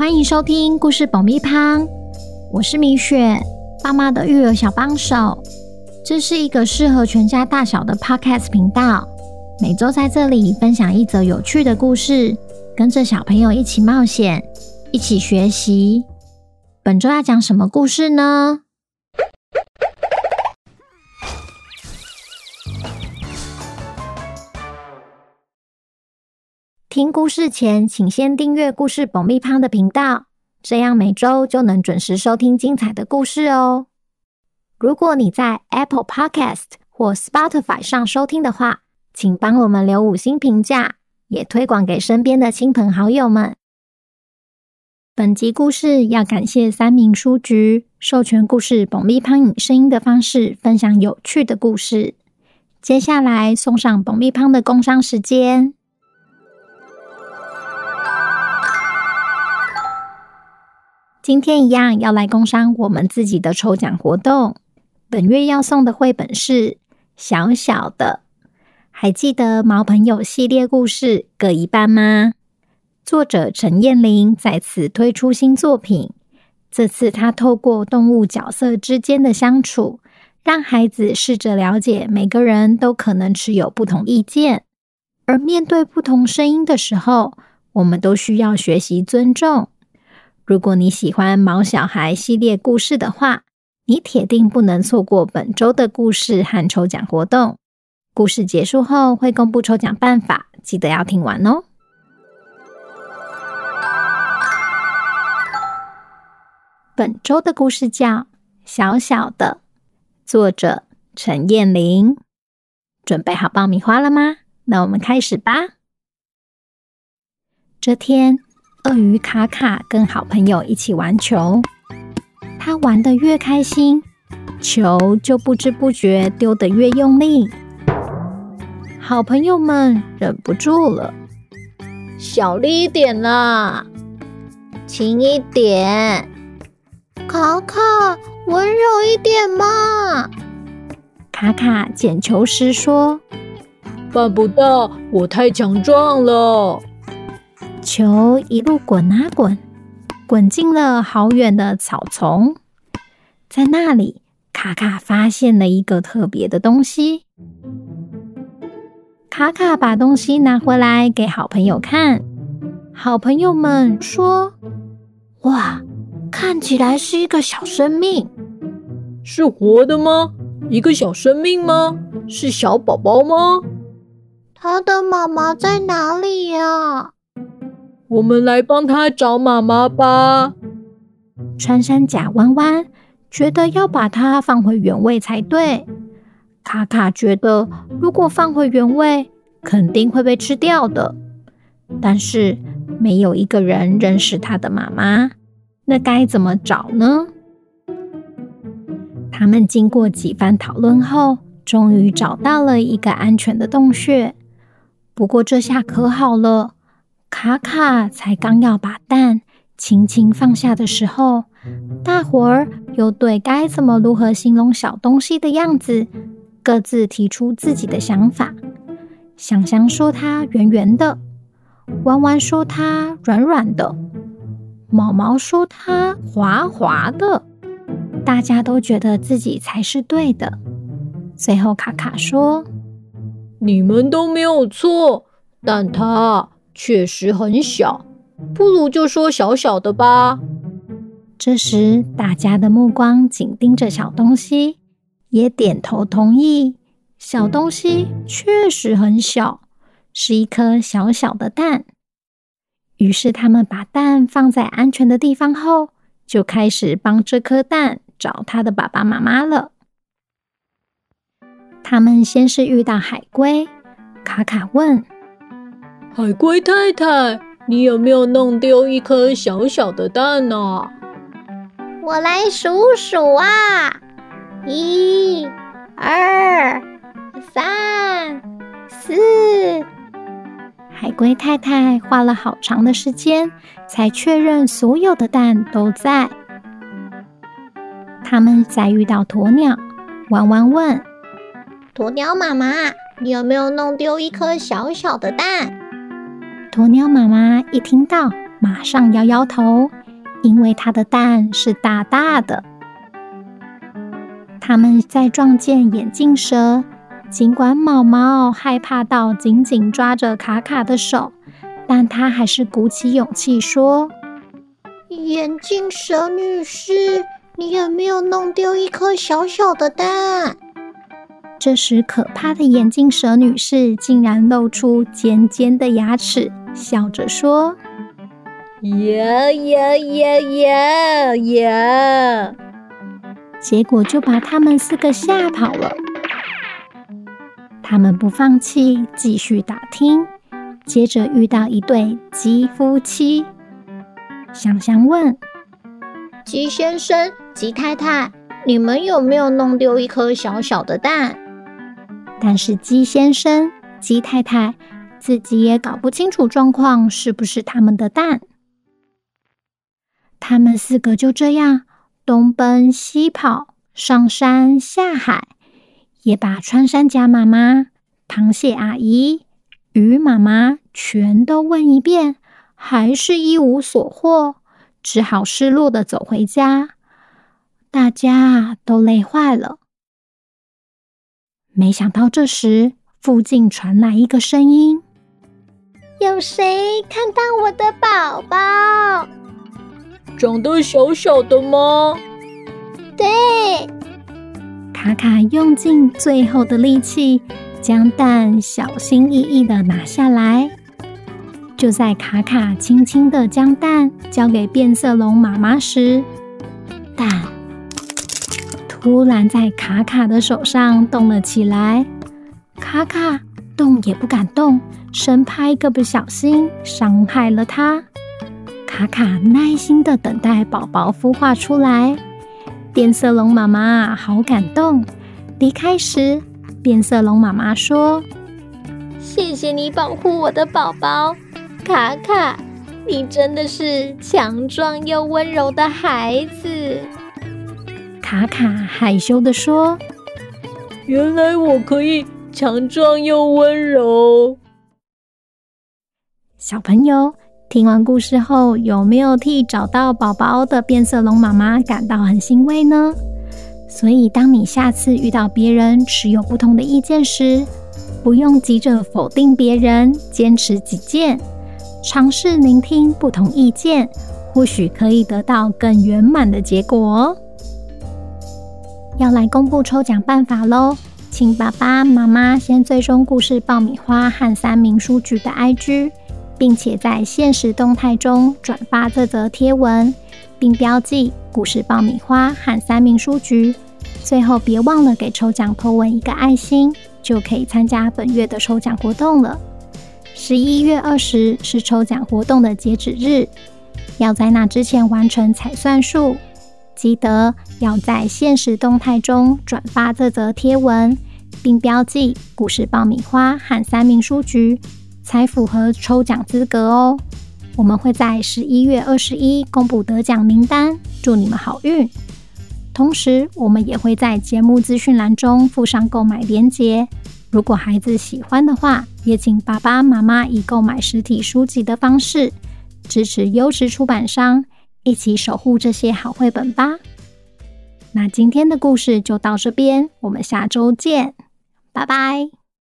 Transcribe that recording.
欢迎收听故事爆米花，我是米雪，爸妈的育儿小帮手。这是一个适合全家大小的 Podcast 频道，每周在这里分享一则有趣的故事，跟着小朋友一起冒险，一起学习。本周要讲什么故事呢？听故事前，请先订阅故事爆米花的频道，这样每周就能准时收听精彩的故事哦。如果你在 Apple Podcast 或 Spotify 上收听的话，请帮我们留5星评价，也推广给身边的亲朋好友们。本集故事要感谢三民书局授权故事爆米花以声音的方式分享有趣的故事。接下来送上爆米花的工商时间。今天一样要来工商我们自己的抽奖活动。本月要送的绘本是小小的，还记得毛朋友系列故事各一半吗？作者陈燕玲再次推出新作品，这次她透过动物角色之间的相处，让孩子试着了解每个人都可能持有不同意见，而面对不同声音的时候，我们都需要学习尊重。如果你喜欢毛小孩系列故事的话，你铁定不能错过本周的故事和抽奖活动。故事结束后会公布抽奖办法，记得要听完哦。本周的故事叫《小小的》，作者陈燕玲。准备好爆米花了吗？那我们开始吧。这天，鳄鱼卡卡跟好朋友一起玩球，他玩得越开心，球就不知不觉丢得越用力。好朋友们忍不住了， 小力一点啦，轻一点，卡卡，温柔一点嘛。 卡卡捡球时说， 办不到，我太强壮了。 球一路滚啊滚，滚进了好远的草丛。在那里，卡卡发现了一个特别的东西。卡卡把东西拿回来给好朋友看，好朋友们说：“哇，看起来是一个小生命。 是活的吗？一个小生命吗？是小宝宝吗？ 他的妈妈在哪里呀？ 我们来帮他找妈妈吧。” 穿山甲弯弯觉得要把它放回原位才对，卡卡觉得如果放回原位，肯定会被吃掉的。但是没有一个人认识他的妈妈，那该怎么找呢？他们经过几番讨论后，终于找到了一个安全的洞穴。不过这下可好了，卡卡才刚要把蛋轻轻放下的时候，大伙儿又对该怎么如何形容小东西的样子，各自提出自己的想法。香香说它圆圆的，弯弯说它软软的，毛毛说它滑滑的。大家都觉得自己才是对的。最后卡卡说：“ 你们都没有错，但它确实很小，不如就说小小的吧。” 这时，大家的目光紧盯着小东西，也点头同意。小东西确实很小，是一颗小小的蛋。于是他们把蛋放在安全的地方后，就开始帮这颗蛋找他的爸爸妈妈了。他们先是遇到海龟，卡卡问：“ 海龟太太，你有没有弄丢一颗小小的蛋啊？” 我来数数啊，1、2、3、4。 海龟太太花了好长的时间，才确认所有的蛋都在。他们再遇到鸵鸟，弯弯问：“ 鸵鸟妈妈，你有没有弄丢一颗小小的蛋？” 鸵鸟妈妈一听到， 马上摇摇头，因为它的蛋是大大的。他们在撞见眼镜蛇，尽管毛毛害怕到紧紧抓着卡卡的手，但他还是鼓起勇气说： 眼镜蛇女士，你有没有弄丢一颗小小的蛋？ 这时可怕的眼镜蛇女士竟然露出尖尖的牙齿，笑着说： 呀！ 结果就把他们4个吓跑了。他们不放弃，继续打听，接着遇到一对鸡夫妻。香香问： 鸡先生、鸡太太，你们有没有弄丢一颗小小的蛋？ 但是鸡先生、鸡太太自己也搞不清楚状况是不是他们的蛋。他们4个就这样东奔西跑，上山下海，也把穿山甲妈妈、螃蟹阿姨、鱼妈妈全都问一遍，还是一无所获，只好失落地走回家。大家都累坏了。没想到这时，附近传来一个声音： 有谁看到我的宝宝？ 长得小小的吗？ 对。 卡卡用尽最后的力气，将蛋小心翼翼地拿下来。就在卡卡轻轻地将蛋交给变色龙妈妈时，蛋突然在卡卡的手上动了起来。卡卡动也不敢动，生怕一个不小心伤害了它。卡卡耐心地等待宝宝孵化出来。变色龙妈妈好感动。离开时，变色龙妈妈说： 谢谢你保护我的宝宝，卡卡，你真的是强壮又温柔的孩子。 卡卡害羞地说： 原来我可以强壮又温柔。 小朋友，听完故事后，有没有替找到宝宝的变色龙妈妈感到很欣慰呢？所以当你下次遇到别人持有不同的意见时，不用急着否定别人，坚持己见，尝试聆听不同意见，或许可以得到更圆满的结果哦。要来公布抽奖办法咯，请爸爸妈妈先追踪故事爆米花和三民书局的 IG， 并且在限时动态中转发这则贴文，并标记故事爆米花和三民书局。最后别忘了给抽奖 po 文一个爱心，就可以参加本月的抽奖活动了。11月20是抽奖活动的截止日，要在那之前完成采算数。记得要在限时动态中转发这则贴文，并标记故事爆米花和三民书局，才符合抽奖资格哦。我们会在11月21公布得奖名单，祝你们好运。同时，我们也会在节目资讯栏中附上购买连结。如果孩子喜欢的话，也请爸爸妈妈以购买实体书籍的方式支持优质出版商，一起守护这些好绘本吧。那今天的故事就到这边，我们下周见，拜拜。